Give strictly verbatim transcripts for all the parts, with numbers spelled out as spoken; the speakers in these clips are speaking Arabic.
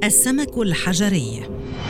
السمك الحجري.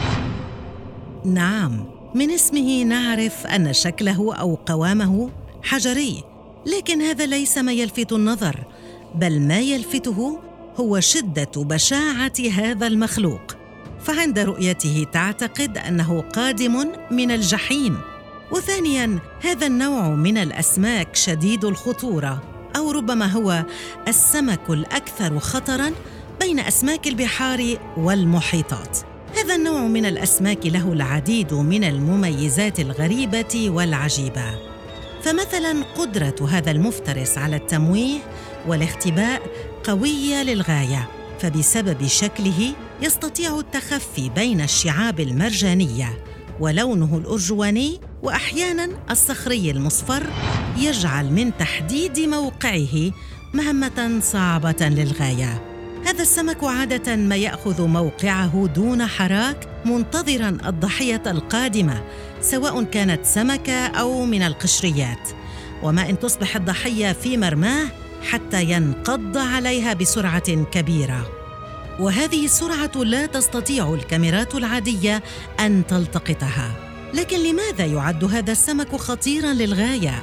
نعم، من اسمه نعرف أن شكله أو قوامه حجري، لكن هذا ليس ما يلفت النظر، بل ما يلفته هو شدة بشاعة هذا المخلوق، فعند رؤيته تعتقد أنه قادم من الجحيم. وثانياً، هذا النوع من الأسماك شديد الخطورة، أو ربما هو السمك الأكثر خطراً بين أسماك البحار والمحيطات. هذا النوع من الأسماك له العديد من المميزات الغريبة والعجيبة، فمثلاً قدرة هذا المفترس على التمويه والاختباء قوية للغاية، فبسبب شكله يستطيع التخفي بين الشعاب المرجانية، ولونه الأرجواني وأحياناً الصخري المصفر يجعل من تحديد موقعه مهمة صعبة للغاية. هذا السمك عادة ما يأخذ موقعه دون حراك، منتظراً الضحية القادمة، سواء كانت سمكة أو من القشريات، وما إن تصبح الضحية في مرماه حتى ينقض عليها بسرعة كبيرة. وهذه السرعة لا تستطيع الكاميرات العادية أن تلتقطها. لكن لماذا يعد هذا السمك خطيراً للغاية؟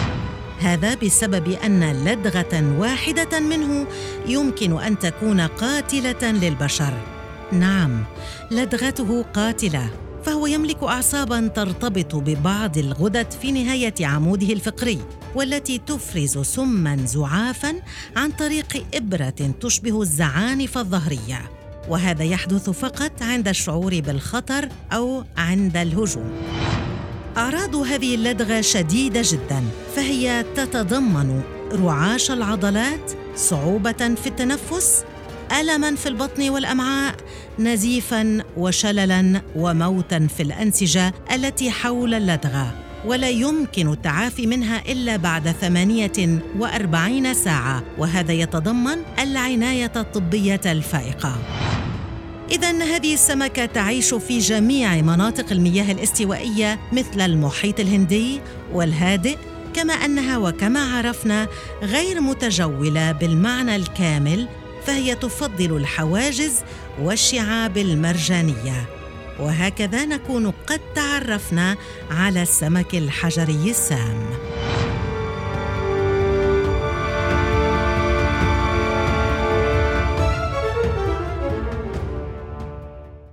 هذا بسبب أن لدغة واحدة منه يمكن أن تكون قاتلة للبشر. نعم، لدغته قاتلة، فهو يملك أعصاباً ترتبط ببعض الغدد في نهاية عموده الفقري، والتي تفرز سماً زعافاً عن طريق إبرة تشبه الزعانف الظهرية، وهذا يحدث فقط عند الشعور بالخطر أو عند الهجوم. أعراض هذه اللدغة شديدة جداً، فهي تتضمن رعاش العضلات، صعوبة في التنفس، ألماً في البطن والأمعاء، نزيفاً وشللاً وموتاً في الأنسجة التي حول اللدغة، ولا يمكن التعافي منها إلا بعد ثمانية وأربعين ساعة، وهذا يتضمن العناية الطبية الفائقة. إذن هذه السمكة تعيش في جميع مناطق المياه الاستوائية مثل المحيط الهندي والهادئ، كما أنها وكما عرفنا غير متجولة بالمعنى الكامل، فهي تفضل الحواجز والشعاب المرجانية. وهكذا نكون قد تعرفنا على السمك الحجري السام.